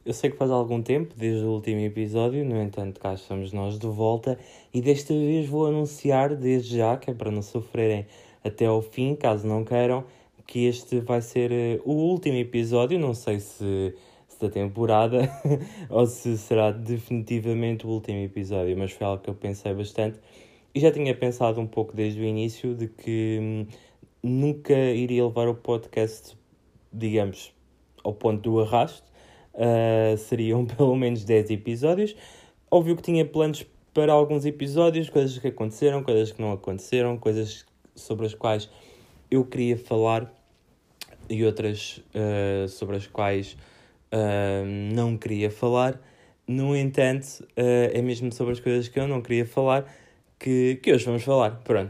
Eu sei que faz algum tempo, desde o último episódio, no entanto, cá estamos nós de volta e desta vez vou anunciar desde já, que é para não sofrerem até ao fim, caso não queiram, que este vai ser o último episódio, não sei se da temporada ou se será definitivamente o último episódio, mas foi algo que eu pensei bastante e já tinha pensado um pouco desde o início de que nunca iria levar o podcast, digamos, ao ponto do arrasto. Seriam pelo menos 10 episódios. Óbvio que tinha planos para alguns episódios, coisas que aconteceram, coisas que não aconteceram, coisas sobre as quais eu queria falar e outras sobre as quais não queria falar. No entanto, é mesmo sobre as coisas que eu não queria falar que hoje vamos falar. Pronto.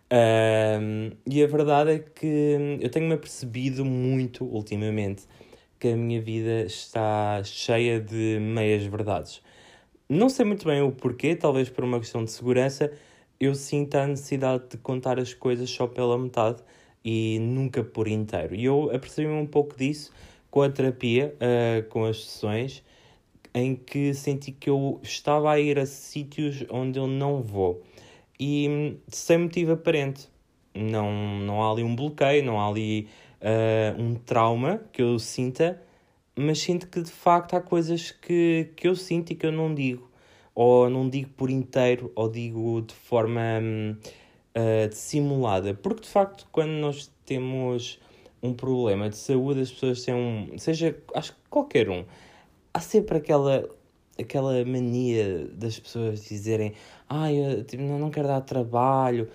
E a verdade é que eu tenho-me apercebido muito ultimamente que a minha vida está cheia de meias verdades. Não sei muito bem o porquê, talvez por uma questão de segurança, eu sinto a necessidade de contar as coisas só pela metade e nunca por inteiro. E eu apercebi-me um pouco disso com a terapia, com as sessões, em que senti que eu estava a ir a sítios onde eu não vou. E sem motivo aparente. Não há ali um bloqueio, não há ali um trauma que eu sinta, mas sinto que de facto há coisas que eu sinto e que eu não digo. Ou não digo por inteiro, ou digo de forma dissimulada. Porque de facto, quando nós temos um problema de saúde, as pessoas têm seja, acho que qualquer um, há sempre aquela mania das pessoas dizerem eu tipo, não quero dar trabalho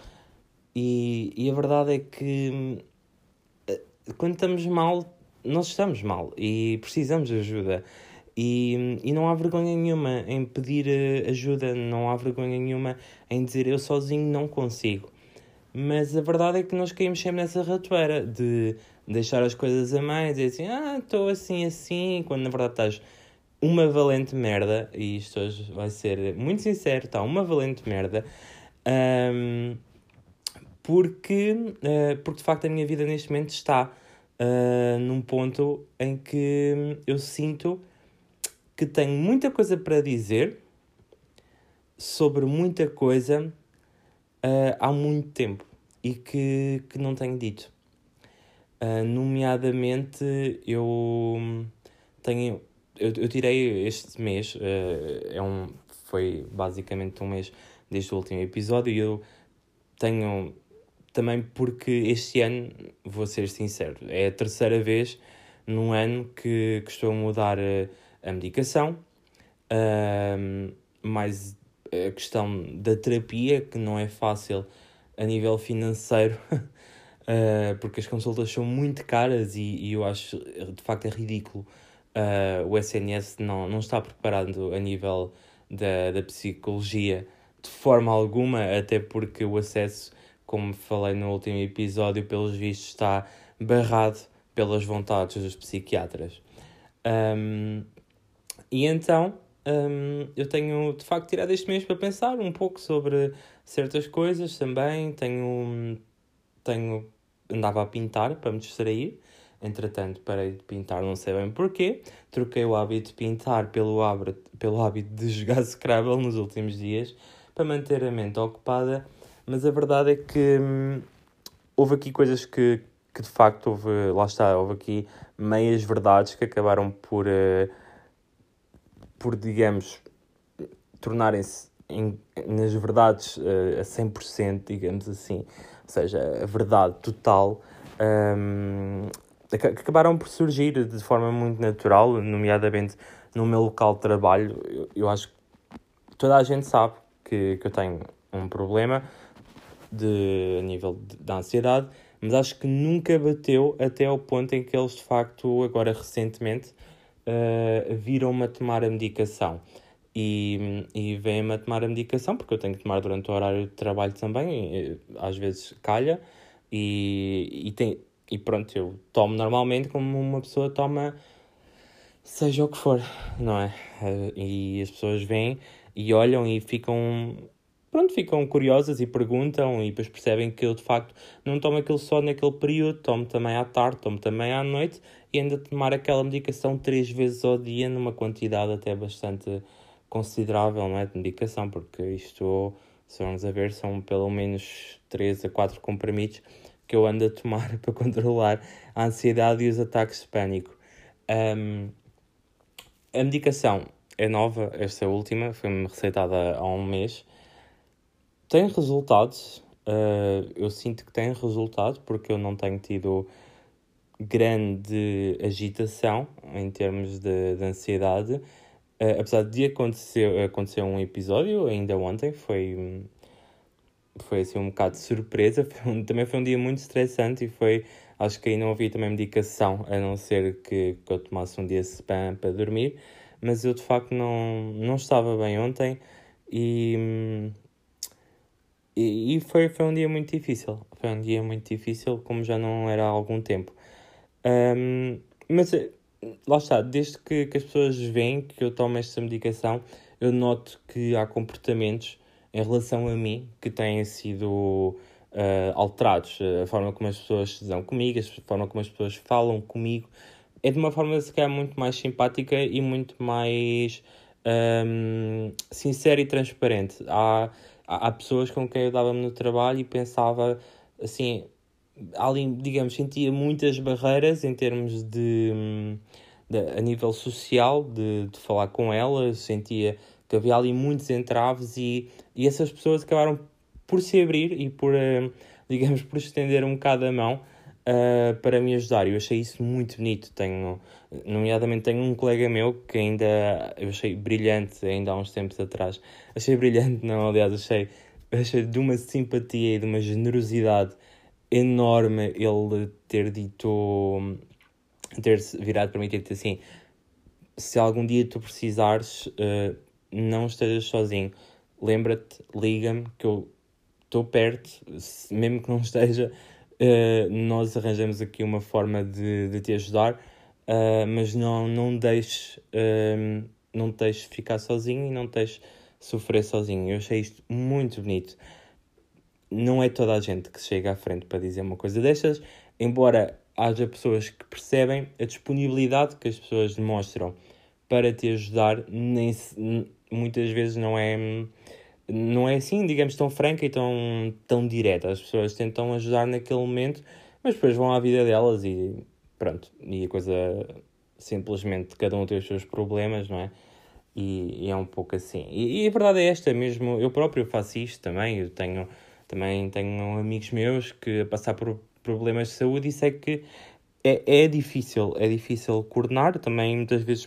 e a verdade é que quando estamos mal, nós estamos mal e precisamos de ajuda e não há vergonha nenhuma em pedir ajuda, não há vergonha nenhuma em dizer eu sozinho não consigo. Mas a verdade é que nós caímos sempre nessa ratoeira de deixar as coisas a meio, dizer assim, estou assim, quando na verdade estás uma valente merda, e isto hoje vai ser muito sincero, está uma valente merda, porque de facto a minha vida neste momento está num ponto em que eu sinto que tenho muita coisa para dizer sobre muita coisa há muito tempo e que não tenho dito. Nomeadamente, eu tirei este mês, foi basicamente um mês desde o último episódio, e eu tenho também porque este ano, vou ser sincero, é a terceira vez num ano que estou a mudar a medicação, mais a questão da terapia, que não é fácil a nível financeiro, porque as consultas são muito caras e eu acho, de facto, é ridículo. O SNS não está preparado a nível da psicologia de forma alguma, até porque o acesso, como falei no último episódio, pelos vistos está barrado pelas vontades dos psiquiatras. E então, eu tenho de facto tirado este mês para pensar um pouco sobre certas coisas também. Andava a pintar para me distrair, entretanto parei de pintar, não sei bem porquê. Troquei o hábito de pintar pelo hábito de jogar Scrabble nos últimos dias, para manter a mente ocupada, mas a verdade é que houve aqui coisas que de facto houve aqui meias verdades que acabaram por digamos, tornarem-se nas verdades a 100%, digamos assim, ou seja, a verdade total, que acabaram por surgir de forma muito natural, nomeadamente no meu local de trabalho. Eu acho que toda a gente sabe que eu tenho um problema a nível da ansiedade, mas acho que nunca bateu até ao ponto em que eles, de facto, agora recentemente, viram-me a tomar a medicação. E vêm-me a tomar a medicação, porque eu tenho que tomar durante o horário de trabalho também, às vezes calha, e pronto, eu tomo normalmente como uma pessoa toma, seja o que for, não é? E as pessoas vêm e olham e ficam pronto, ficam curiosas e perguntam e depois percebem que eu de facto não tomo aquilo só naquele período, tomo também à tarde, tomo também à noite e ando a tomar aquela medicação 3 vezes ao dia numa quantidade até bastante considerável, não é, de medicação, porque isto, se vamos a ver, são pelo menos 3 a 4 comprimidos que eu ando a tomar para controlar a ansiedade e os ataques de pânico. A medicação é nova, esta última, foi-me receitada há um mês. Tem resultados, eu sinto que tem resultado, porque eu não tenho tido grande agitação em termos de ansiedade. Apesar de acontecer um episódio, ainda ontem, foi assim um bocado de surpresa. Também foi um dia muito estressante e acho que aí não havia também medicação, a não ser que eu tomasse um dia spam para dormir. Mas eu de facto não estava bem ontem e foi um dia muito difícil. Foi um dia muito difícil, como já não era há algum tempo. Mas lá está, desde que as pessoas veem que eu tomo esta medicação, eu noto que há comportamentos em relação a mim que têm sido alterados. A forma como as pessoas se dão comigo, a forma como as pessoas falam comigo, é de uma forma se calhar muito mais simpática e muito mais sincera e transparente. Há pessoas com quem eu dava-me no trabalho e pensava assim, ali, digamos, sentia muitas barreiras em termos a nível social, de falar com elas, sentia que havia ali muitos entraves e essas pessoas acabaram por se abrir e digamos, por estender um bocado a mão para me ajudar. Eu achei isso muito bonito. Nomeadamente, tenho um colega meu que eu achei brilhante, ainda há uns tempos atrás. Achei brilhante, não, aliás, achei de uma simpatia e de uma generosidade enorme ele ter-se virado para mim e ter dito assim: se algum dia tu precisares, não estejas sozinho, lembra-te, liga-me que eu estou perto, mesmo que não esteja, nós arranjamos aqui uma forma de te ajudar, mas não deixes ficar sozinho e não deixes sofrer sozinho. Eu achei isto muito bonito. Não é toda a gente que chega à frente para dizer uma coisa destas, embora haja pessoas que percebem a disponibilidade que as pessoas demonstram para te ajudar, muitas vezes não é assim, digamos, tão franca e tão direta. As pessoas tentam ajudar naquele momento, mas depois vão à vida delas e pronto, e a coisa simplesmente, cada um tem os seus problemas, não é? E é um pouco assim. E a verdade é esta mesmo, eu próprio faço isto também, também tenho amigos meus que a passar por problemas de saúde e sei que é difícil coordenar, também muitas vezes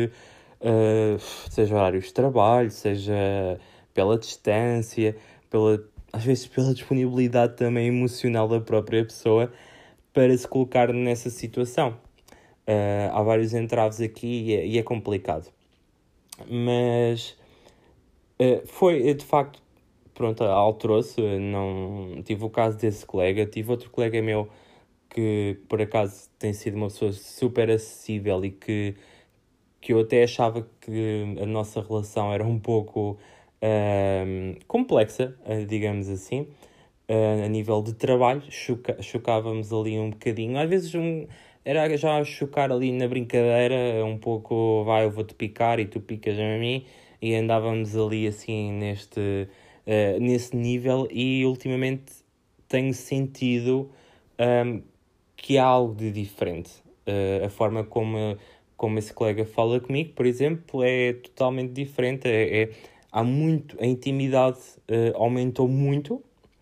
seja horários de trabalho, seja pela distância, às vezes pela disponibilidade também emocional da própria pessoa para se colocar nessa situação. Há vários entraves aqui e é complicado. Mas foi, de facto, pronto, alterou-se. Não tive o caso desse colega, tive outro colega meu que por acaso tem sido uma pessoa super acessível e que eu até achava que a nossa relação era um pouco complexa, digamos assim, a nível de trabalho. Chocávamos ali um bocadinho, às vezes era já chocar ali na brincadeira, um pouco, vai, eu vou-te picar e tu picas a mim, e andávamos ali assim nesse nível, e ultimamente tenho sentido que há algo de diferente. A forma como esse colega fala comigo, por exemplo, é totalmente diferente. A intimidade aumentou muito,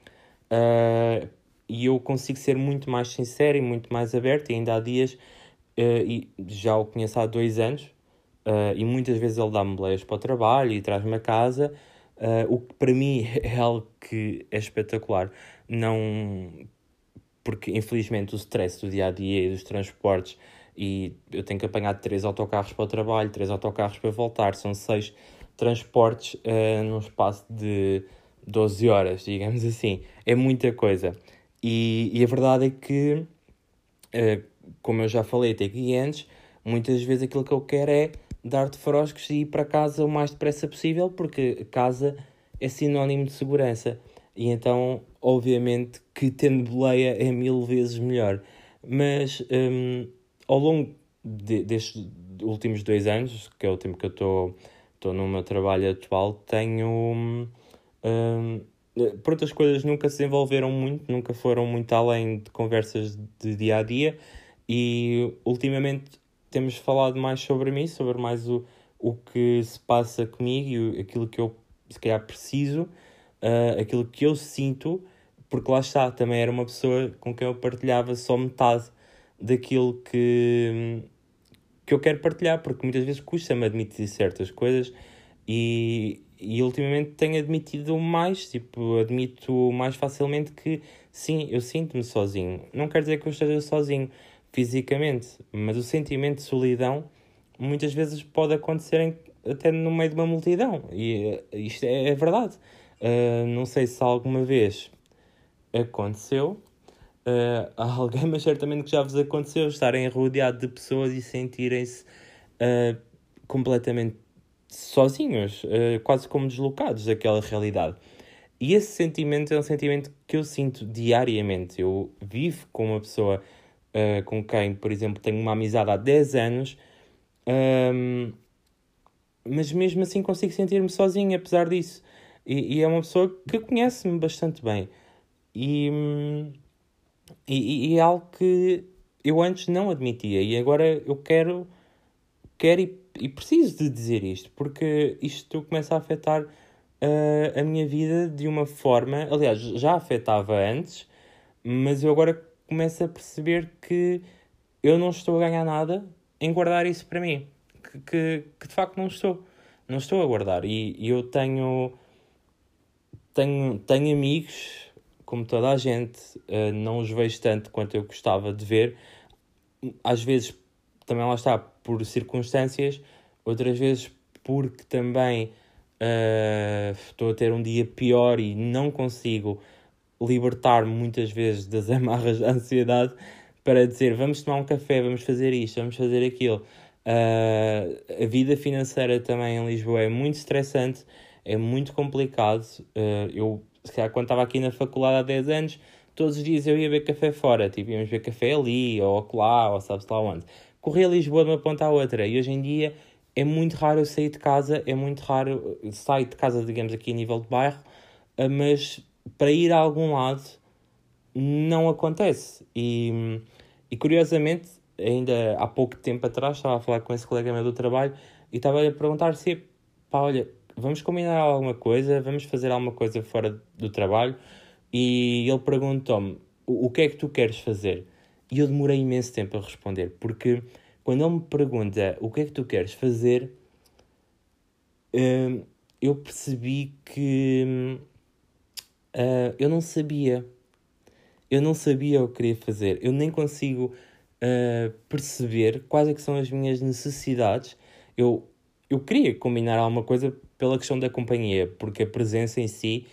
e eu consigo ser muito mais sincero e muito mais aberto. E ainda há dias, e já o conheço há 2 anos, e muitas vezes ele dá-me boleias para o trabalho e traz-me a casa, o que para mim é algo que é espetacular. Não, porque infelizmente o stress do dia-a-dia e dos transportes, e eu tenho que apanhar 3 autocarros para o trabalho, 3 autocarros para voltar, são 6 transportes num espaço de 12 horas, digamos assim. É muita coisa. E a verdade é que, como eu já falei até aqui antes, muitas vezes aquilo que eu quero é dar-te froscos e ir para casa o mais depressa possível, porque casa é sinónimo de segurança. E então, obviamente, que tendo boleia é 1000 vezes melhor. Mas ao longo destes últimos 2 anos, que é o tempo que eu estou no meu trabalho atual, tenho. hum, Pronto, as coisas nunca se desenvolveram muito, nunca foram muito além de conversas de dia a dia, e ultimamente temos falado mais sobre mim, sobre mais o que se passa comigo e aquilo que eu se calhar preciso, aquilo que eu sinto, porque lá está, também era uma pessoa com quem eu partilhava só metade daquilo que eu quero partilhar, porque muitas vezes custa-me admitir certas coisas e ultimamente tenho admitido mais, tipo, admito mais facilmente que sim, eu sinto-me sozinho. Não quer dizer que eu esteja sozinho fisicamente, mas o sentimento de solidão muitas vezes pode acontecer até no meio de uma multidão, e isto é verdade. Não sei se alguma vez aconteceu a alguém, mas certamente que já vos aconteceu estarem rodeados de pessoas e sentirem-se uh, completamente sozinhos, quase como deslocados daquela realidade. E esse sentimento é um sentimento que eu sinto diariamente. Eu vivo com uma pessoa com quem, por exemplo, tenho uma amizade há 10 anos, um, mas mesmo assim consigo sentir-me sozinho, apesar disso. E é uma pessoa que conhece-me bastante bem. E, hum, e é algo que eu antes não admitia. E agora eu quero e preciso de dizer isto, porque isto começa a afetar a minha vida de uma forma. Aliás, já afetava antes, mas eu agora começo a perceber que eu não estou a ganhar nada em guardar isso para mim. Que de facto não estou. Não estou a guardar. E eu tenho amigos, como toda a gente, não os vejo tanto quanto eu gostava de ver. Às vezes também lá está por circunstâncias, outras vezes porque também estou a ter um dia pior e não consigo libertar-me muitas vezes das amarras da ansiedade para dizer vamos tomar um café, vamos fazer isto, vamos fazer aquilo. A vida financeira também em Lisboa é muito estressante, é muito complicado. Eu, se calhar, quando estava aqui na faculdade há 10 anos, todos os dias eu ia beber café fora, tipo, íamos beber café ali, ou acolá, ou sabe-se lá onde. Corria a Lisboa de uma ponta à outra, e hoje em dia é muito raro eu sair de casa, é muito raro, sair de casa, digamos, aqui a nível de bairro, mas para ir a algum lado não acontece. E curiosamente, ainda há pouco tempo atrás, estava a falar com esse colega meu do trabalho e estava-lhe a perguntar se, pá, olha, vamos combinar alguma coisa, vamos fazer alguma coisa fora do trabalho. E ele perguntou-me, o que é que tu queres fazer? E eu demorei imenso tempo a responder, porque quando ele me pergunta o que é que tu queres fazer, eu percebi que eu não sabia. Eu não sabia o que queria fazer. Eu nem consigo perceber quais é que são as minhas necessidades. Eu, eu queria combinar alguma coisa pela questão da companhia, porque a presença em si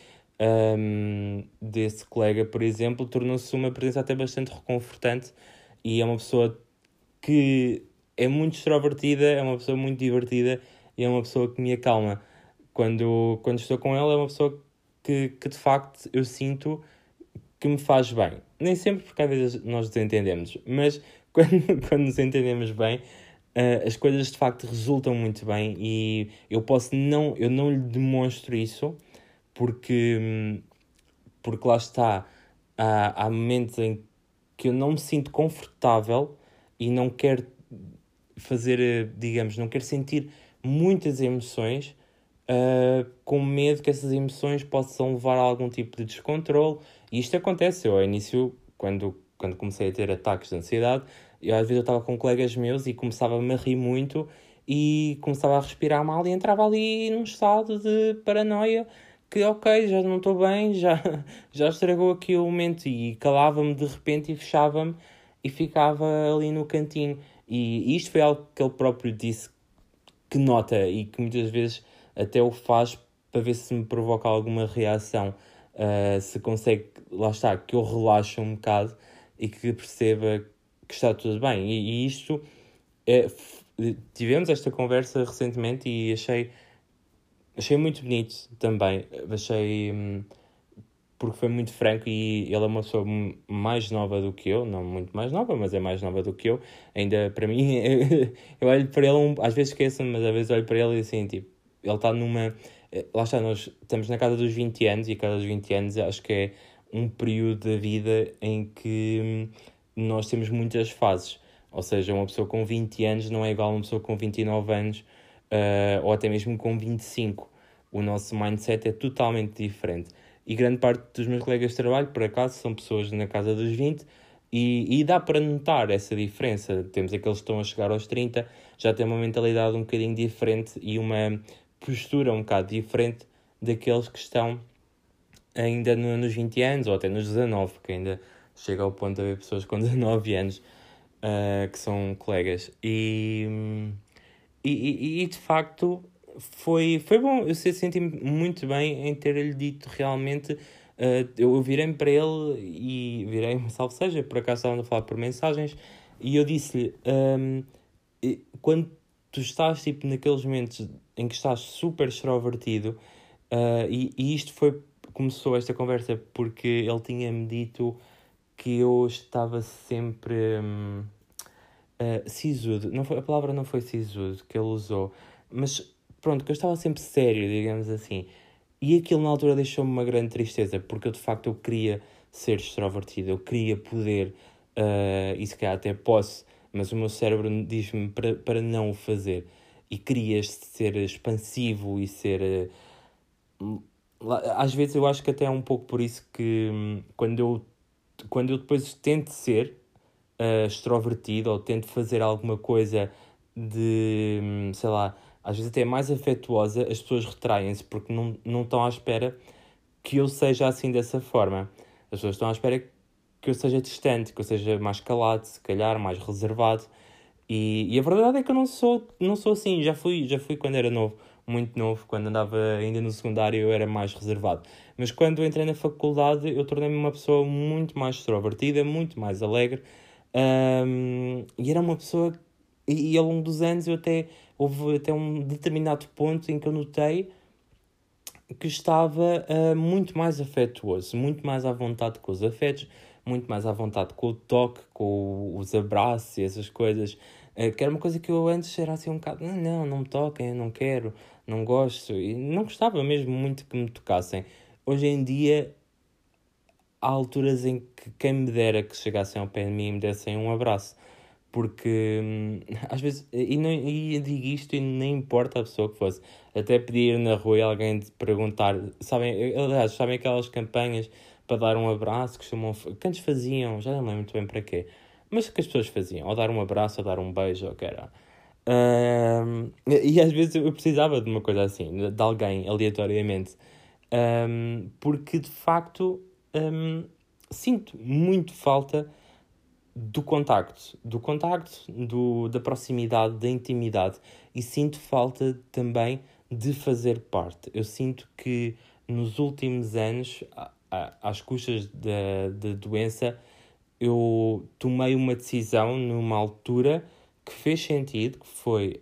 desse colega, por exemplo, tornou-se uma presença até bastante reconfortante e é uma pessoa que é muito extrovertida, é uma pessoa muito divertida e é uma pessoa que me acalma. Quando estou com ela, é uma pessoa que de facto eu sinto que me faz bem. Nem sempre, porque às vezes nós desentendemos, mas quando nos entendemos bem, as coisas de facto resultam muito bem e eu não lhe demonstro isso porque, porque lá está, há momentos em que eu não me sinto confortável e não quero fazer, digamos, não quero sentir muitas emoções, com medo que essas emoções possam levar a algum tipo de descontrole. E isto acontece. Eu, ao início, quando comecei a ter ataques de ansiedade, às vezes eu estava com colegas meus e começava-me a rir muito e começava a respirar mal e entrava ali num estado de paranoia que, ok, já não estou bem, já estragou aqui o momento e calava-me de repente e fechava-me e ficava ali no cantinho. E isto foi algo que ele próprio disse que nota e que muitas vezes até o faz para ver se me provoca alguma reação, se consegue, lá está, que eu relaxe um bocado e que perceba que está tudo bem. E isto, tivemos esta conversa recentemente e achei Achei muito bonito também. Achei. Porque foi muito franco e ele é uma pessoa mais nova do que eu, não muito mais nova, mas é mais nova do que eu. Ainda para mim, eu olho para ele, às vezes esqueço-me, mas às vezes olho para ele e assim, tipo, ele está numa. Lá está, nós estamos na casa dos 20 anos e a casa dos 20 anos acho que é um período da vida em que nós temos muitas fases. Ou seja, uma pessoa com 20 anos não é igual a uma pessoa com 29 anos, ou até mesmo com 25. O nosso mindset é totalmente diferente. E grande parte dos meus colegas de trabalho, por acaso, são pessoas na casa dos 20 e dá para notar essa diferença. Temos aqueles que estão a chegar aos 30, já têm uma mentalidade um bocadinho diferente e uma postura um bocado diferente daqueles que estão ainda nos 20 anos ou até nos 19, que ainda chega ao ponto de haver pessoas com 19 anos que são colegas. E de facto foi bom. Eu senti-me muito bem em ter-lhe dito realmente. Eu virei-me para ele e virei-me, salvo seja, por acaso estávamos a falar por mensagens, e eu disse-lhe: quando tu estás tipo, naqueles momentos em que estás super extrovertido, e isto começou esta conversa porque ele tinha-me dito que eu estava sempre. Sisudo, não foi, a palavra não foi sisudo que ele usou, mas pronto, que eu estava sempre sério, digamos assim. E aquilo na altura deixou-me uma grande tristeza, porque eu de facto eu queria ser extrovertido, eu queria poder, e se calhar até posso, mas o meu cérebro diz-me para não o fazer. E queria ser expansivo e ser. Às vezes eu acho que até é um pouco por isso que quando eu depois tento ser extrovertido ou tento fazer alguma coisa de, sei lá, às vezes até mais afetuosa, as pessoas retraem-se porque não estão à espera que eu seja assim dessa forma. As pessoas estão à espera que eu seja distante, que eu seja mais calado, se calhar, mais reservado. E a verdade é que eu não sou assim. Já fui quando era novo, muito novo, quando andava ainda no secundário eu era mais reservado. Mas quando entrei na faculdade eu tornei-me uma pessoa muito mais extrovertida, muito mais alegre. E era uma pessoa. E ao longo dos anos houve até um determinado ponto em que eu notei que estava muito mais afetuoso, muito mais à vontade com os afetos, muito mais à vontade com o toque, com os abraços e essas coisas. Que era uma coisa que eu antes era assim um bocado, não me toquem, eu não quero, não gosto. E não gostava mesmo muito que me tocassem. Hoje em dia há alturas em que quem me dera que chegassem ao pé de mim e me dessem um abraço. Porque às vezes, e eu digo isto e nem importa a pessoa que fosse, até pedir na rua e alguém te perguntar, aliás, sabem aquelas campanhas para dar um abraço que antes faziam, já não lembro muito bem para quê, mas que as pessoas faziam, ou dar um abraço, ou dar um beijo, ou o que era. E às vezes eu precisava de uma coisa assim, de alguém aleatoriamente, porque de facto sinto muito falta da proximidade, da intimidade, e sinto falta também de fazer parte. Eu sinto que nos últimos anos, às custas da doença, eu tomei uma decisão numa altura que fez sentido, que foi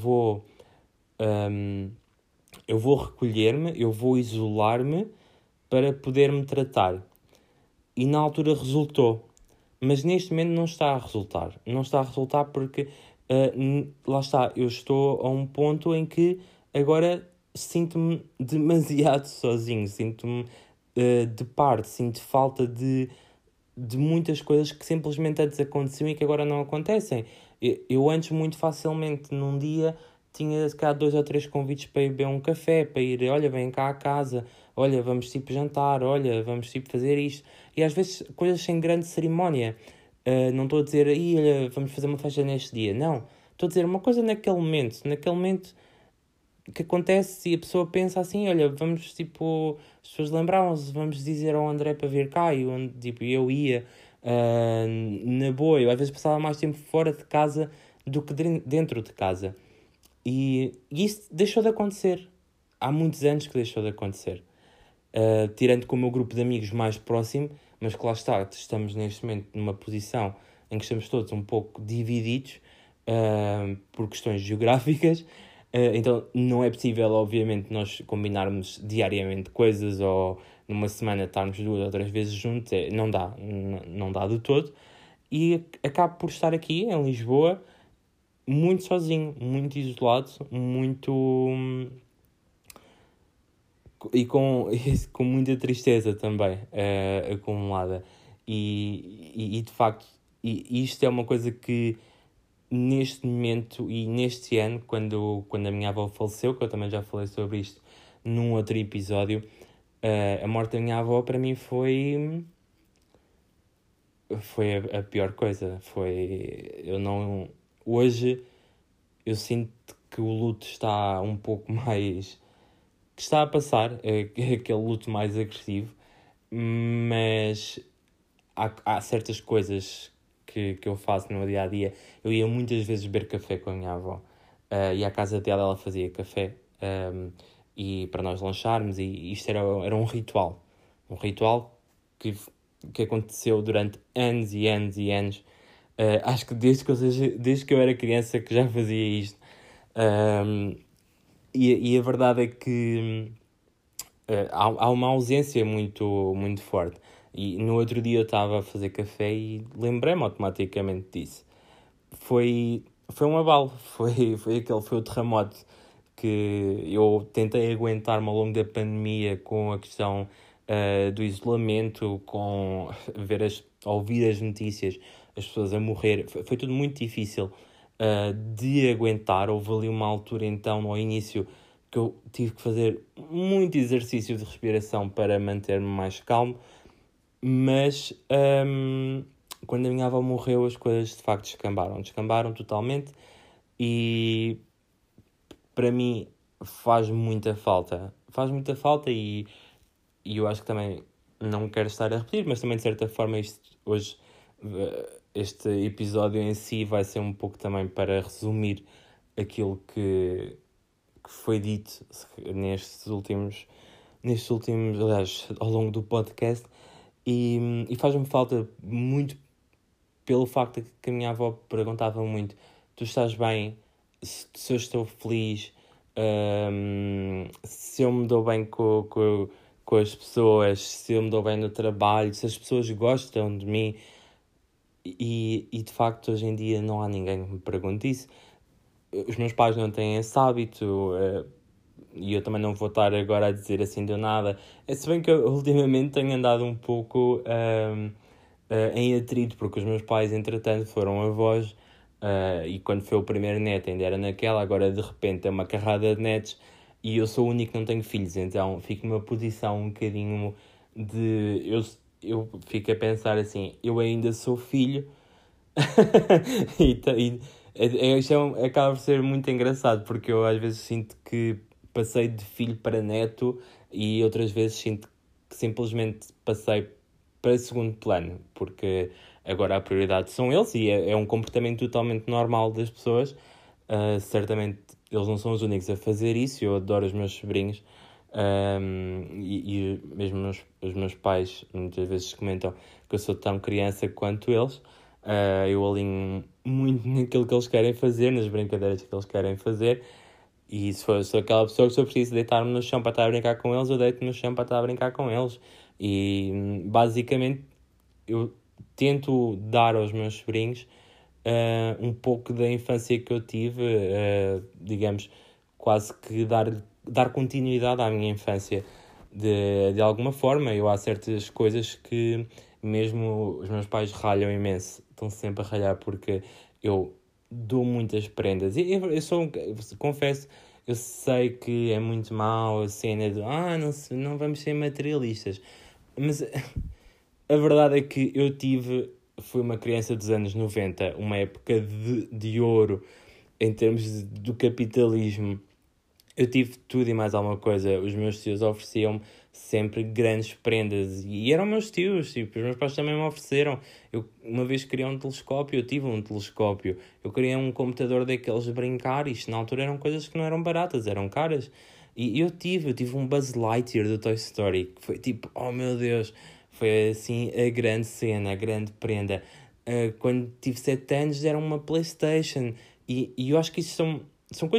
eu vou recolher-me, eu vou isolar-me para poder me tratar. E na altura resultou. Mas neste momento não está a resultar. Não está a resultar porque, lá está, eu estou a um ponto em que agora sinto-me demasiado sozinho, sinto-me de parte, sinto falta de muitas coisas que simplesmente antes aconteciam e que agora não acontecem. Eu antes, muito facilmente, num dia, tinha cá 2 ou 3 convites para ir beber um café, para ir, olha, vem cá à casa, olha, vamos tipo jantar, olha, vamos tipo fazer isto. E às vezes coisas sem grande cerimónia. Não estou a dizer, olha, vamos fazer uma festa neste dia. Não. Estou a dizer uma coisa naquele momento. Naquele momento que acontece e a pessoa pensa assim, olha, vamos tipo, as pessoas lembravam-se, vamos dizer ao André para vir cá, e onde tipo, eu ia na boa, eu às vezes passava mais tempo fora de casa do que dentro de casa. E isso deixou de acontecer. Há muitos anos que deixou de acontecer. Tirando com o meu grupo de amigos mais próximo, mas que lá está, estamos neste momento numa posição em que estamos todos um pouco divididos por questões geográficas. Então não é possível, obviamente, nós combinarmos diariamente coisas ou numa semana estarmos 2 ou 3 vezes juntos. Não dá, não dá de todo. E acabo por estar aqui em Lisboa muito sozinho, muito isolado, muito... e com muita tristeza também acumulada. E de facto, isto é uma coisa que neste momento e neste ano, quando a minha avó faleceu, que eu também já falei sobre isto num outro episódio, a morte da minha avó para mim foi a pior coisa. Eu não... Hoje eu sinto que o luto está um pouco mais... que está a passar, aquele luto mais agressivo, mas há certas coisas que eu faço no dia a dia. Eu ia muitas vezes beber café com a minha avó, e à casa dela ela fazia café, e para nós lancharmos, e isto era um ritual. Um ritual que aconteceu durante anos e anos e anos. Acho que desde que eu era criança que já fazia isto. E a verdade é que há uma ausência muito, muito forte. E no outro dia eu estava a fazer café e lembrei-me automaticamente disso. Foi um abalo, foi o terremoto que eu tentei aguentar-me ao longo da pandemia com a questão do isolamento, com ouvir as notícias, as pessoas a morrer. Foi tudo muito difícil de aguentar. Houve ali uma altura então, no início, que eu tive que fazer muito exercício de respiração para manter-me mais calmo, mas quando a minha avó morreu as coisas de facto descambaram totalmente, e para mim faz muita falta, e eu acho que também não quero estar a repetir, mas também de certa forma hoje este episódio em si vai ser um pouco também para resumir aquilo que foi dito nestes últimos, aliás, ao longo do podcast, e faz-me falta muito pelo facto de que a minha avó perguntava muito: tu estás bem? Se eu estou feliz? Se eu me dou bem com as pessoas? Se eu me dou bem no trabalho? Se as pessoas gostam de mim? E de facto hoje em dia não há ninguém que me pergunte isso. Os meus pais não têm esse hábito, e eu também não vou estar agora a dizer assim do nada. Se bem que eu ultimamente tenho andado um pouco em atrito, porque os meus pais entretanto foram avós, e quando foi o primeiro neto ainda era naquela, agora de repente é uma carrada de netos e eu sou o único que não tenho filhos, então fico numa posição um bocadinho de... Eu fico a pensar assim, eu ainda sou filho. Isto acaba por ser muito engraçado, porque eu às vezes sinto que passei de filho para neto, e outras vezes sinto que simplesmente passei para segundo plano, porque agora a prioridade são eles, e é um comportamento totalmente normal das pessoas. Certamente eles não são os únicos a fazer isso. Eu adoro os meus sobrinhos, e mesmo os meus pais muitas vezes comentam que eu sou tão criança quanto eles. Eu alinho muito naquilo que eles querem fazer, nas brincadeiras que eles querem fazer, e se sou aquela pessoa que, se eu preciso deitar-me no chão para estar a brincar com eles, eu deito no chão para estar a brincar com eles. E basicamente eu tento dar aos meus sobrinhos um pouco da infância que eu tive, digamos, quase que dar continuidade à minha infância de alguma forma. Há certas coisas que mesmo os meus pais ralham imenso, estão sempre a ralhar porque eu dou muitas prendas. E confesso, eu sei que é muito mau a cena de não vamos ser materialistas, mas a verdade é que fui uma criança dos anos 90, uma época de ouro em termos do capitalismo. Eu tive tudo e mais alguma coisa. Os meus tios ofereciam-me sempre grandes prendas, e eram meus tios, tipo, os meus pais também me ofereceram. Eu uma vez queria um telescópio, eu tive um telescópio. Eu queria um computador daqueles de brincar. Isto na altura eram coisas que não eram baratas, eram caras. E eu tive um Buzz Lightyear do Toy Story, que foi tipo, oh meu Deus, foi assim a grande cena, a grande prenda. Quando tive 7 anos era uma PlayStation, e eu acho que isso são coisas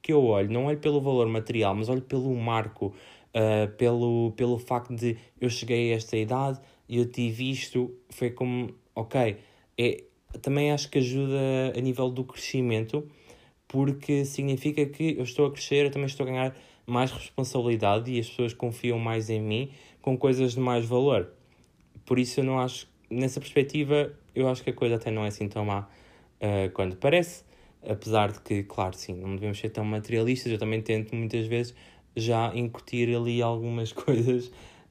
porque eu olho, não olho pelo valor material, mas olho pelo marco, pelo facto de eu cheguei a esta idade e eu tive isto, foi como, ok, também acho que ajuda a nível do crescimento, porque significa que eu estou a crescer, eu também estou a ganhar mais responsabilidade e as pessoas confiam mais em mim com coisas de mais valor. Por isso eu não acho, nessa perspectiva, eu acho que a coisa até não é assim tão má quando parece, apesar de que, claro, sim, não devemos ser tão materialistas, eu também tento muitas vezes já incutir ali algumas coisas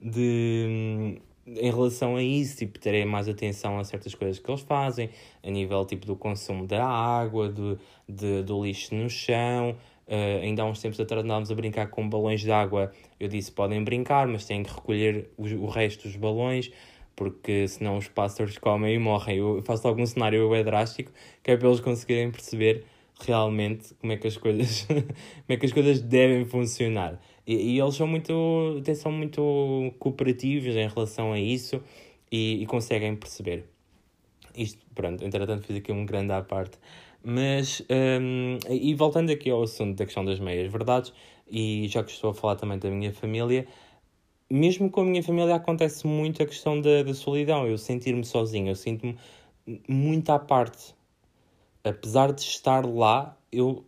em relação a isso, tipo, terem mais atenção a certas coisas que eles fazem, a nível tipo do consumo da água, do lixo no chão. Ainda há uns tempos atrás andávamos a brincar com balões de água. Eu disse, podem brincar, mas têm que recolher o resto dos balões, porque senão os pássaros comem e morrem. Eu faço algum cenário drástico, que é para eles conseguirem perceber realmente como é que as coisas, como é que as coisas devem funcionar. E eles até são muito cooperativos em relação a isso e conseguem perceber. Isto, pronto, entretanto fiz aqui um grande à parte. Mas, e voltando aqui ao assunto da questão das meias verdades, e já que estou a falar também da minha família, mesmo com a minha família acontece muito a questão da solidão, eu sentir-me sozinho, eu sinto-me muito à parte. Apesar de estar lá, eu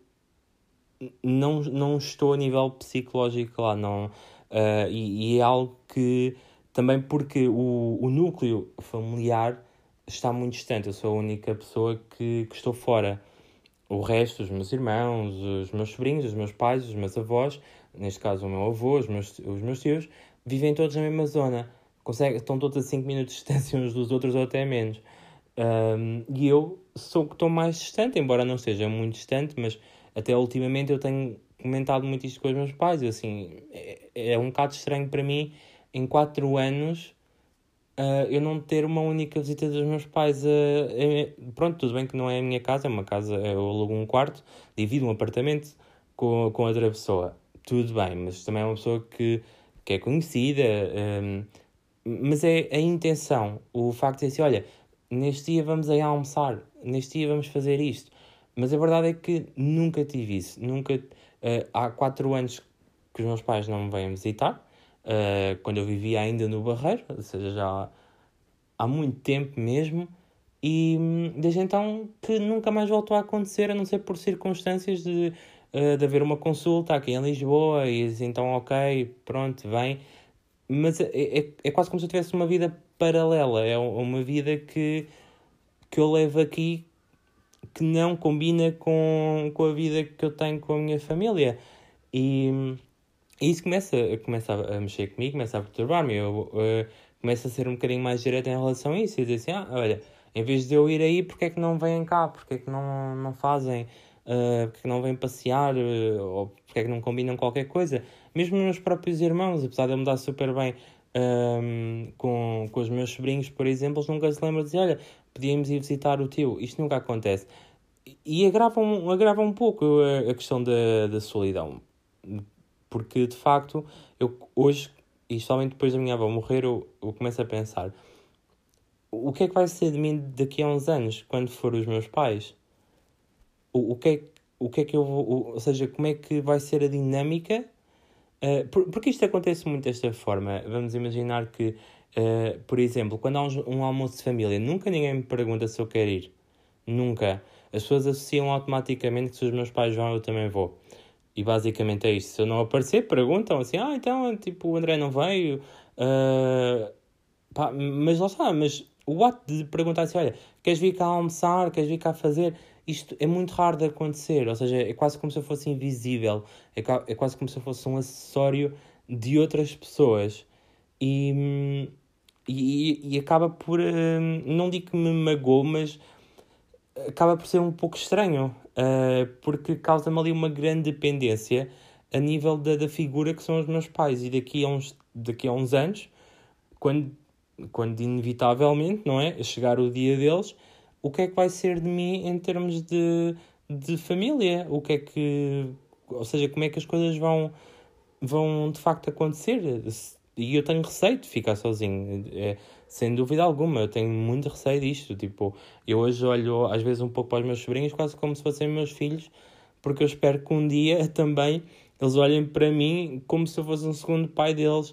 não estou a nível psicológico lá, não, e é algo que também porque o núcleo familiar está muito distante, eu sou a única pessoa que estou fora. O resto, os meus irmãos, os meus sobrinhos, os meus pais, os meus avós, neste caso o meu avô, os meus tios, vivem todos na mesma zona. Estão todos a 5 minutos de distância uns dos outros ou até menos. E eu sou que estou mais distante, embora não esteja muito distante, mas até ultimamente eu tenho comentado muito isto com os meus pais. Assim, é um bocado estranho para mim, em 4 anos, eu não ter uma única visita dos meus pais. Pronto, tudo bem que não é a minha casa, é uma casa, eu alugo um quarto, divido um apartamento com outra pessoa. Tudo bem, mas também é uma pessoa que é conhecida. Mas é a intenção, o facto de dizer assim, olha, neste dia vamos aí almoçar, neste dia vamos fazer isto. Mas a verdade é que nunca tive isso. Nunca, há 4 anos que os meus pais não me vêm visitar, quando eu vivia ainda no Barreiro, ou seja, já há muito tempo mesmo, e desde então que nunca mais voltou a acontecer, a não ser por circunstâncias de haver uma consulta aqui em Lisboa, e então, ok, pronto, vem. Mas é quase como se eu tivesse uma vida paralela, é uma vida que eu levo aqui que não combina com a vida que eu tenho com a minha família. E isso começa a mexer comigo, começa a perturbar-me. Eu começo a ser um bocadinho mais direto em relação a isso. E dizer assim, olha, em vez de eu ir aí, porque é que não vêm cá? Porque é que não fazem? Porque é que não vêm passear? Ou porque é que não combinam qualquer coisa? Mesmo os meus próprios irmãos, apesar de eu me dar super bem com os meus sobrinhos, por exemplo, eles nunca se lembram de dizer, olha, podíamos ir visitar o tio. Isto nunca acontece. E agrava um pouco a questão da solidão. Porque, de facto, eu hoje, e somente depois da minha avó morrer, eu começo a pensar, o que é que vai ser de mim daqui a uns anos, quando for os meus pais? O que é que eu vou... Ou seja, como é que vai ser a dinâmica? Porque isto acontece muito desta forma. Vamos imaginar que, por exemplo, quando há um almoço de família, nunca ninguém me pergunta se eu quero ir. Nunca. As pessoas associam automaticamente que se os meus pais vão, eu também vou. E basicamente é isto. Se eu não aparecer, perguntam assim, então, tipo, o André não veio. Mas lá está, mas o ato de perguntar assim, olha, queres vir cá almoçar, queres vir cá fazer, isto é muito raro de acontecer, ou seja, é quase como se eu fosse invisível, é quase como se eu fosse um acessório de outras pessoas. E acaba por, não digo que me magoou, mas acaba por ser um pouco estranho, porque causa-me ali uma grande dependência a nível da figura que são os meus pais. E daqui a uns anos, quando inevitavelmente, não é, chegar o dia deles, o que é que vai ser de mim em termos de família? Ou seja, como é que as coisas vão de facto acontecer? E eu tenho receio de ficar sozinho, sem dúvida alguma, eu tenho muito receio disto. Tipo, eu hoje olho às vezes um pouco para os meus sobrinhos quase como se fossem meus filhos, porque eu espero que um dia também eles olhem para mim como se eu fosse um segundo pai deles.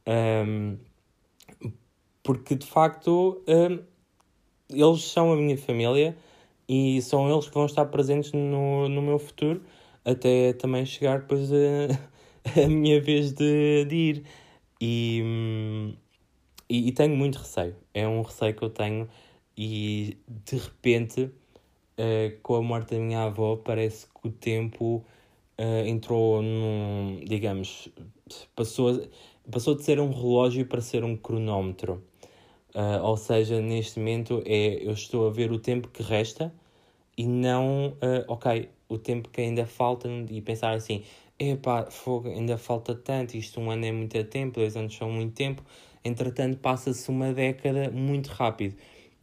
Porque, de facto, eles são a minha família e são eles que vão estar presentes no meu futuro, até também chegar depois a minha vez de ir. E tenho muito receio. É um receio que eu tenho e, de repente, com a morte da minha avó, parece que o tempo entrou num, digamos, passou de ser um relógio para ser um cronómetro. Ou seja, neste momento eu estou a ver o tempo que resta e não, o tempo que ainda falta, e pensar assim, fogo, ainda falta tanto, isto um ano é muito tempo, 2 anos são muito tempo, entretanto passa-se uma década muito rápido.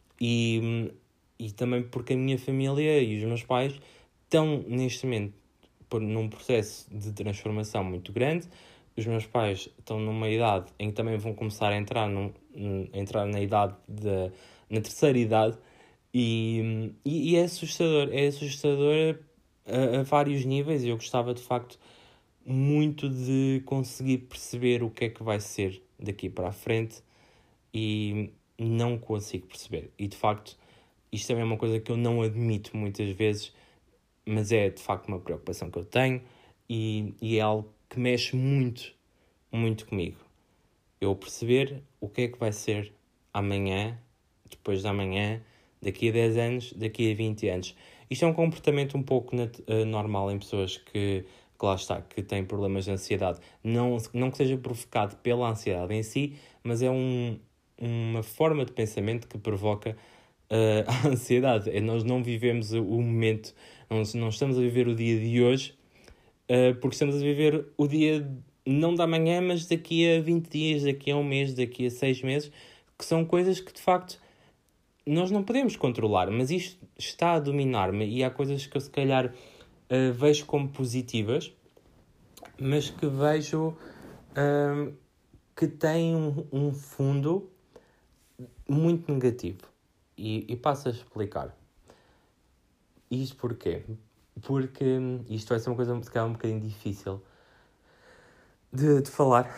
E também porque a minha família e os meus pais estão neste momento num processo de transformação muito grande. Os meus pais estão numa idade em que também vão começar a entrar na idade na terceira idade, e é assustador a vários níveis. Eu gostava de facto muito de conseguir perceber o que é que vai ser daqui para a frente e não consigo perceber. E de facto, isto também é uma coisa que eu não admito muitas vezes, mas é de facto uma preocupação que eu tenho e é algo que mexe muito, muito comigo. Eu perceber o que é que vai ser amanhã, depois de amanhã, daqui a 10 anos, daqui a 20 anos. Isto é um comportamento um pouco normal em pessoas que lá está, que têm problemas de ansiedade. Não que seja provocado pela ansiedade em si, mas é uma forma de pensamento que provoca a ansiedade. Nós não vivemos o momento, não estamos a viver o dia de hoje, porque estamos a viver o dia não da manhã, mas daqui a 20 dias, daqui a um mês, daqui a 6 meses, que são coisas que de facto nós não podemos controlar, mas isto está a dominar-me e há coisas que eu se calhar vejo como positivas, mas que vejo que têm um fundo muito negativo. E passo a explicar. Isto porquê? Porque isto vai ser uma coisa se calhar um bocadinho difícil de falar.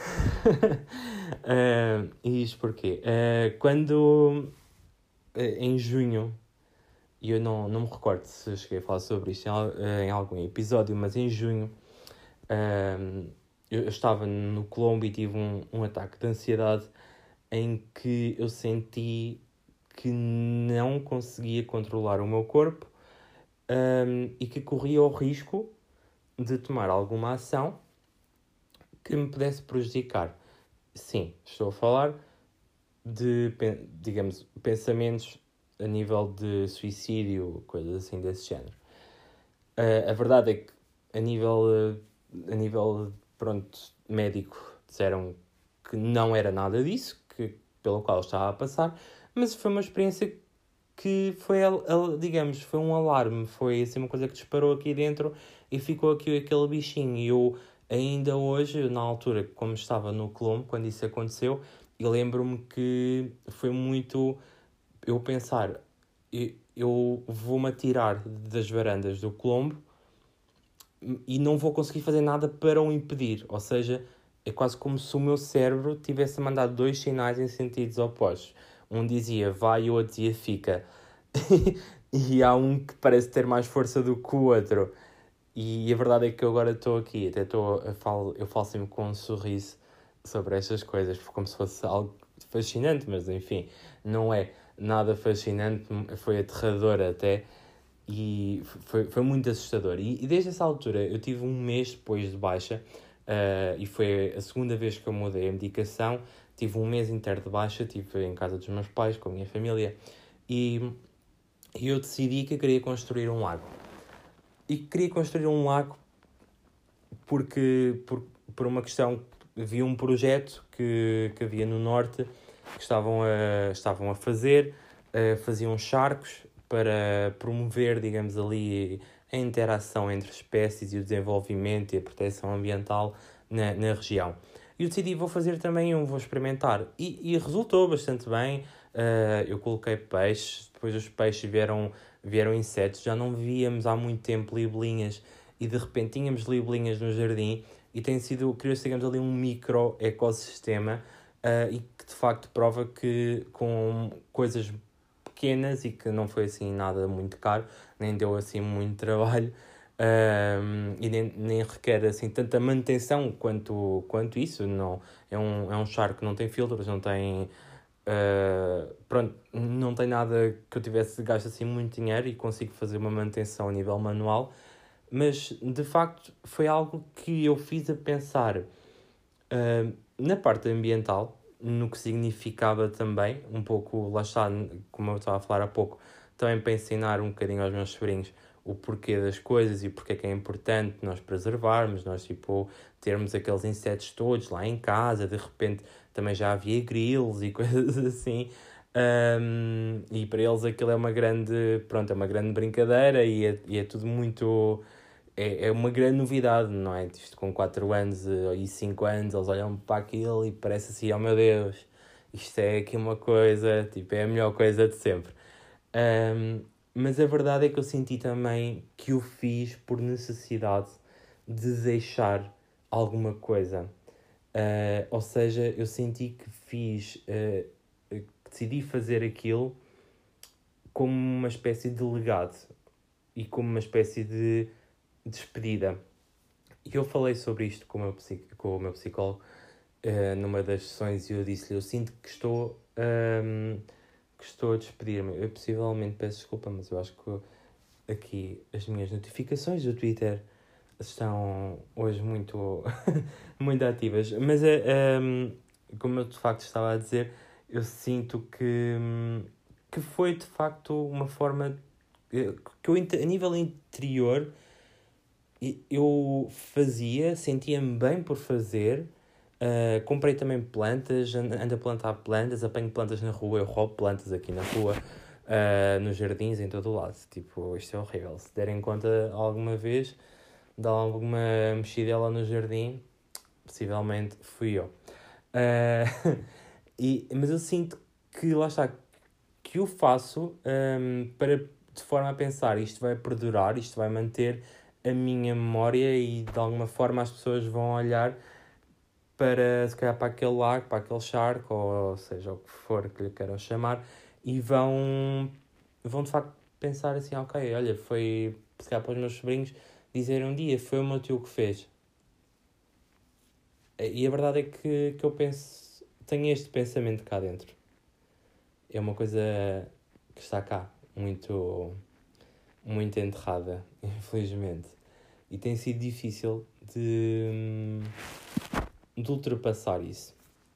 E isto porquê? Quando em junho, e eu não me recordo se cheguei a falar sobre isto em algum episódio, mas em junho eu estava no Colombo e tive um ataque de ansiedade em que eu senti que não conseguia controlar o meu corpo e que corria o risco de tomar alguma ação que me pudesse prejudicar. Sim, estou a falar de, digamos, pensamentos a nível de suicídio, coisas assim desse género. A verdade é que a nível pronto, médico, disseram que não era nada disso, pelo qual eu estava a passar, mas foi uma experiência que foi, digamos, foi um alarme, foi assim uma coisa que disparou aqui dentro e ficou aqui aquele bichinho. E eu ainda hoje, na altura, como estava no Colombo, quando isso aconteceu, eu lembro-me que foi muito eu pensar, eu vou-me atirar das varandas do Colombo e não vou conseguir fazer nada para o impedir. Ou seja, é quase como se o meu cérebro tivesse mandado 2 sinais em sentidos opostos. Um dizia vai e o outro dizia fica. E há um que parece ter mais força do que o outro. E a verdade é que eu agora estou aqui, até eu falo sempre com um sorriso sobre estas coisas, como se fosse algo fascinante, mas enfim, não é nada fascinante, foi aterrador até, e foi muito assustador. E desde essa altura eu tive um mês depois de baixa, e foi a segunda vez que eu mudei a medicação. Tive um mês inteiro de baixa, estive em casa dos meus pais, com a minha família, e eu decidi que eu queria construir um lago. E queria construir um lago porque, por uma questão, havia um projeto que havia no norte que estavam a fazer, faziam charcos para promover, digamos ali, a interação entre espécies e o desenvolvimento e a proteção ambiental na região. E eu decidi, vou fazer também vou experimentar. E resultou bastante bem. Eu coloquei peixes, depois os peixes vieram insetos, já não víamos há muito tempo libelinhas, e de repente tínhamos libelinhas no jardim e criou-se, digamos, ali um micro ecossistema e que de facto prova que com coisas pequenas e que não foi assim nada muito caro, nem deu assim muito trabalho e nem requer assim tanta manutenção quanto isso. Não, é um char que não tem filtros, não tem pronto, não tem nada que eu tivesse gasto assim muito dinheiro e consigo fazer uma manutenção a nível manual, mas de facto foi algo que eu fiz a pensar na parte ambiental, no que significava também, um pouco, lá está, como eu estava a falar há pouco, também para ensinar um bocadinho aos meus sobrinhos o porquê das coisas e porque é que é importante nós preservarmos, nós tipo termos aqueles insetos todos lá em casa, de repente também já havia grills e coisas assim. E para eles aquilo é uma grande, pronto, é uma grande brincadeira e é tudo muito é uma grande novidade, não é? Isto com 4 anos e 5 anos, eles olham para aquilo e parece assim, oh meu Deus, isto é aqui uma coisa, tipo, é a melhor coisa de sempre. Um, mas a verdade é que eu senti também que o fiz por necessidade de deixar alguma coisa. Ou seja, eu senti que decidi fazer aquilo como uma espécie de legado e como uma espécie de despedida. E eu falei sobre isto com o meu psicólogo numa das sessões e eu disse-lhe, eu sinto que estou a despedir-me. Eu possivelmente peço desculpa, mas eu acho que aqui as minhas notificações do Twitter estão hoje muito, muito ativas. Mas como eu de facto estava a dizer, eu sinto que foi de facto uma forma que eu, a nível interior, eu sentia-me bem por fazer. Comprei também plantas, ando a plantar plantas, apanho plantas na rua, eu roubo plantas aqui na rua, nos jardins, em todo o lado. Tipo, isto é horrível. Se derem conta alguma vez de alguma mexidela no jardim, possivelmente fui eu. Mas eu sinto que, lá está, que o faço de forma a pensar, isto vai perdurar, isto vai manter a minha memória e de alguma forma as pessoas vão olhar para, se calhar, para aquele lago, para aquele charco, ou seja, o que for que lhe queiram chamar, e vão de facto pensar assim, ok, olha, foi, se calhar para os meus sobrinhos, dizer um dia, foi o meu tio que fez. E a verdade é que eu penso, tenho este pensamento cá dentro. É uma coisa que está cá, muito, muito enterrada, infelizmente. E tem sido difícil de ultrapassar isso.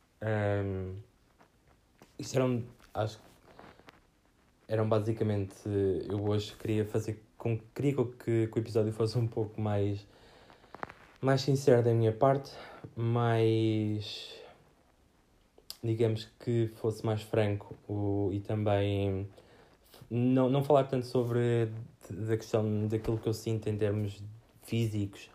Isto acho que eram basicamente, eu hoje queria que o episódio fosse um pouco mais sincero da minha parte, mais, digamos que fosse mais franco e também não falar tanto sobre da questão daquilo que eu sinto em termos físicos,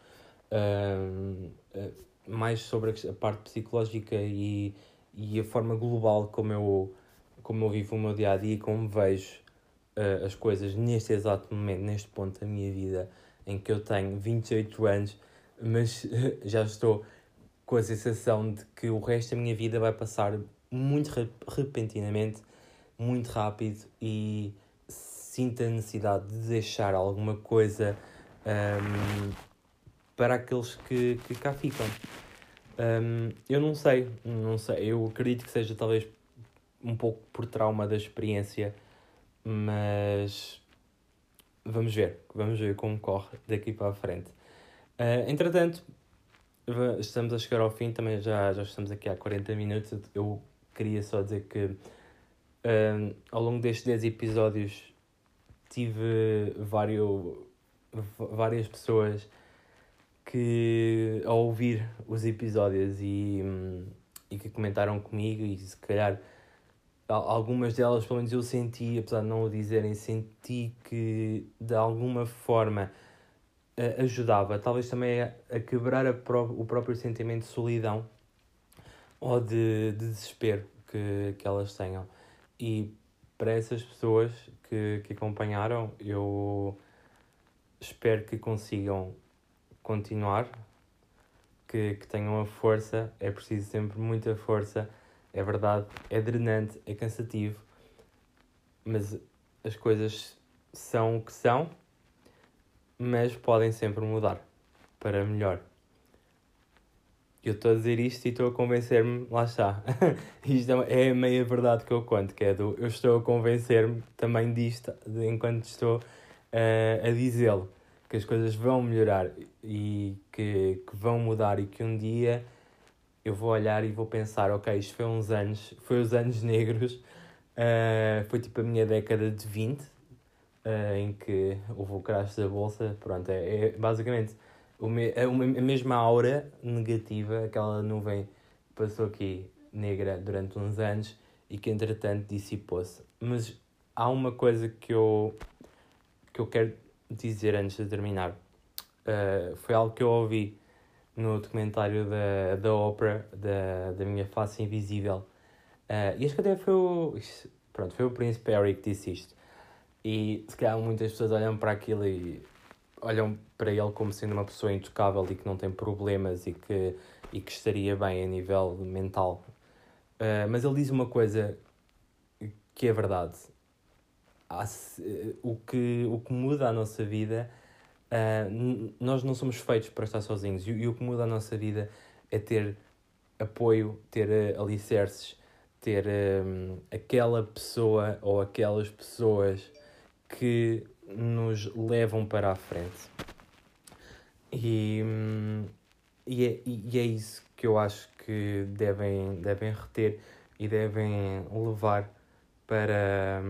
mais sobre a parte psicológica e a forma global como eu vivo o meu dia-a-dia e como vejo as coisas neste exato momento, neste ponto da minha vida, em que eu tenho 28 anos, mas já estou com a sensação de que o resto da minha vida vai passar muito repentinamente, muito rápido, e sinto a necessidade de deixar alguma coisa para aqueles que cá ficam. Eu não sei, eu acredito que seja talvez um pouco por trauma da experiência, mas vamos ver como corre daqui para a frente. Entretanto, estamos a chegar ao fim, também já estamos aqui há 40 minutos. Eu queria só dizer que ao longo destes 10 episódios tive várias pessoas que ao ouvir os episódios e que comentaram comigo, e se calhar algumas delas, pelo menos eu senti, apesar de não o dizerem, senti que de alguma forma ajudava, talvez também a quebrar o próprio sentimento de solidão ou de desespero que elas tenham. E para essas pessoas que acompanharam, eu espero que consigam continuar, que tenham a força. É preciso sempre muita força, é verdade, é drenante, é cansativo, mas as coisas são o que são, mas podem sempre mudar para melhor. Eu estou a dizer isto e estou a convencer-me, lá está. Isto é a meia verdade que eu conto, que é do eu estou a convencer-me também disto enquanto estou a dizê-lo, que as coisas vão melhorar e que vão mudar e que um dia eu vou olhar e vou pensar, ok, isto foi os anos negros, foi tipo a minha década de 20, em que houve o crash da bolsa, pronto, é basicamente a mesma aura negativa, aquela nuvem que passou aqui negra durante uns anos e que entretanto dissipou-se. Mas há uma coisa que eu quero dizer antes de terminar. Foi algo que eu ouvi no documentário da Oprah, da Minha Face Invisível. E acho que até foi o Príncipe Harry que disse isto. E se calhar muitas pessoas olham para aquilo e olham para ele como sendo uma pessoa intocável e que não tem problemas e que estaria bem a nível mental. Mas ele diz uma coisa que é verdade. O que muda a nossa vida, nós não somos feitos para estar sozinhos. E o que muda a nossa vida é ter apoio, ter alicerces, ter aquela pessoa ou aquelas pessoas que nos levam para a frente. E é isso que eu acho que devem reter e devem levar para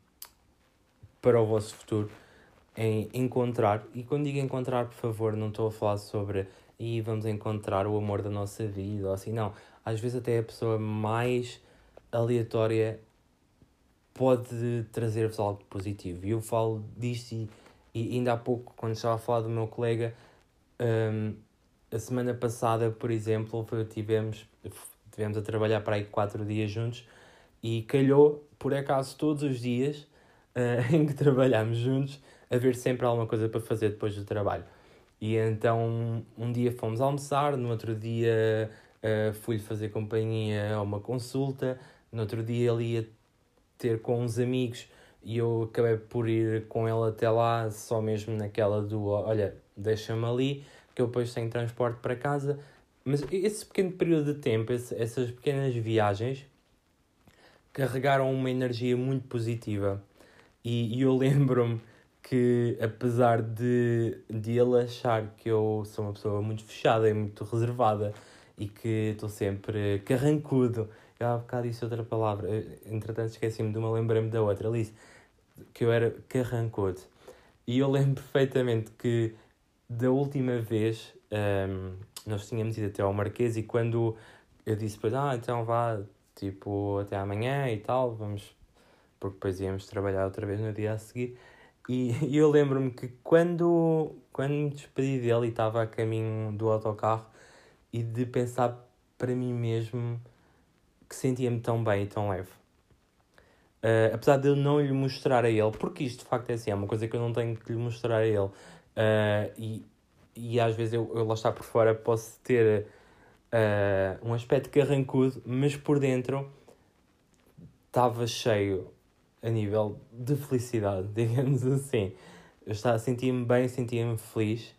o vosso futuro, em encontrar. E quando digo encontrar, por favor, não estou a falar sobre e vamos encontrar o amor da nossa vida ou assim, não. Às vezes até a pessoa mais aleatória pode trazer-vos algo positivo. E eu falo disto e ainda há pouco, quando estava a falar do meu colega, a semana passada, por exemplo, tivemos a trabalhar para aí 4 dias juntos e calhou, por acaso, todos os dias em que trabalhámos juntos, haver sempre alguma coisa para fazer depois do trabalho. E então, um dia fomos almoçar, no outro dia fui-lhe fazer companhia a uma consulta, no outro dia ele ia ter com uns amigos e eu acabei por ir com ele até lá, só mesmo naquela do olha, deixa-me ali, que eu depois tenho transporte para casa. Mas esse pequeno período de tempo, essas pequenas viagens, carregaram uma energia muito positiva. E eu lembro-me que, apesar de ele achar que eu sou uma pessoa muito fechada e muito reservada e que estou sempre carrancudo, eu há bocado disse outra palavra, entretanto esqueci-me de uma, lembrei-me da outra, ele disse que eu era carrancudo. E eu lembro perfeitamente que da última vez nós tínhamos ido até ao Marquês e quando eu disse depois, então vá, tipo, até amanhã e tal, vamos, porque depois íamos trabalhar outra vez no dia a seguir. E eu lembro-me que quando me despedi dele e estava a caminho do autocarro e de pensar para mim mesmo que sentia-me tão bem e tão leve. Apesar de eu não lhe mostrar a ele, porque isto de facto é assim, é uma coisa que eu não tenho que lhe mostrar a ele. E às vezes eu lá está por fora posso ter um aspecto carrancudo, mas por dentro estava cheio a nível de felicidade, digamos assim. Eu sentia-me bem, sentia-me feliz,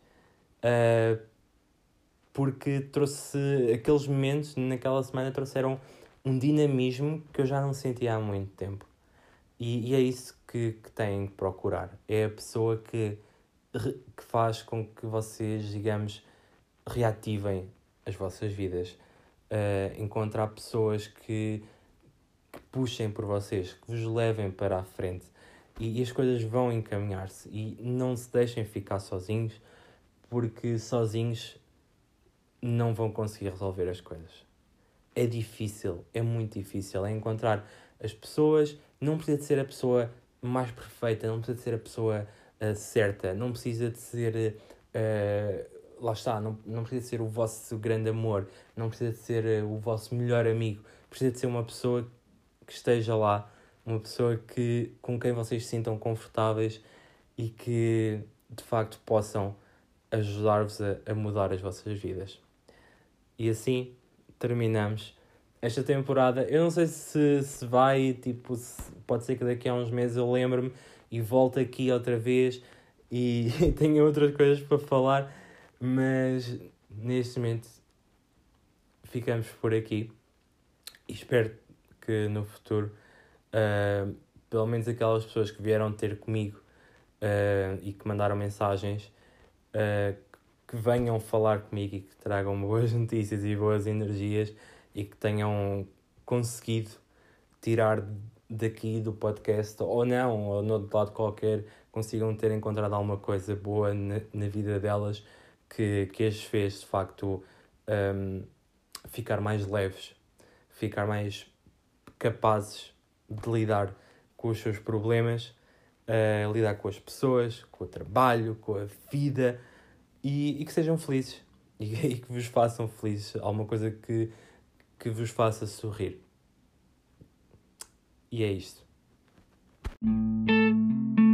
porque trouxe aqueles momentos, naquela semana, trouxeram um dinamismo que eu já não sentia há muito tempo. E é isso que têm que procurar. É a pessoa que faz com que vocês, digamos, reativem as vossas vidas. Encontrar pessoas que puxem por vocês, que vos levem para a frente. E as coisas vão encaminhar-se. E não se deixem ficar sozinhos, porque sozinhos não vão conseguir resolver as coisas. É difícil, é muito difícil. É encontrar as pessoas. Não precisa de ser a pessoa mais perfeita, não precisa de ser a pessoa certa, não precisa de ser... lá está, não precisa de ser o vosso grande amor, não precisa de ser o vosso melhor amigo. Precisa de ser uma pessoa que esteja lá, uma pessoa com quem vocês se sintam confortáveis e que de facto possam ajudar-vos a mudar as vossas vidas. E assim terminamos esta temporada. Eu não sei se vai, tipo, pode ser que daqui a uns meses eu lembre-me e volte aqui outra vez e tenho outras coisas para falar, mas neste momento ficamos por aqui e espero que no futuro, pelo menos aquelas pessoas que vieram ter comigo e que mandaram mensagens, que venham falar comigo e que tragam boas notícias e boas energias e que tenham conseguido tirar daqui do podcast, ou não, ou no outro lado qualquer, consigam ter encontrado alguma coisa boa na vida delas que as fez de facto ficar mais leves, ficar mais capazes de lidar com os seus problemas, lidar com as pessoas, com o trabalho, com a vida e que sejam felizes e que vos façam felizes, alguma coisa que vos faça sorrir. E é isto.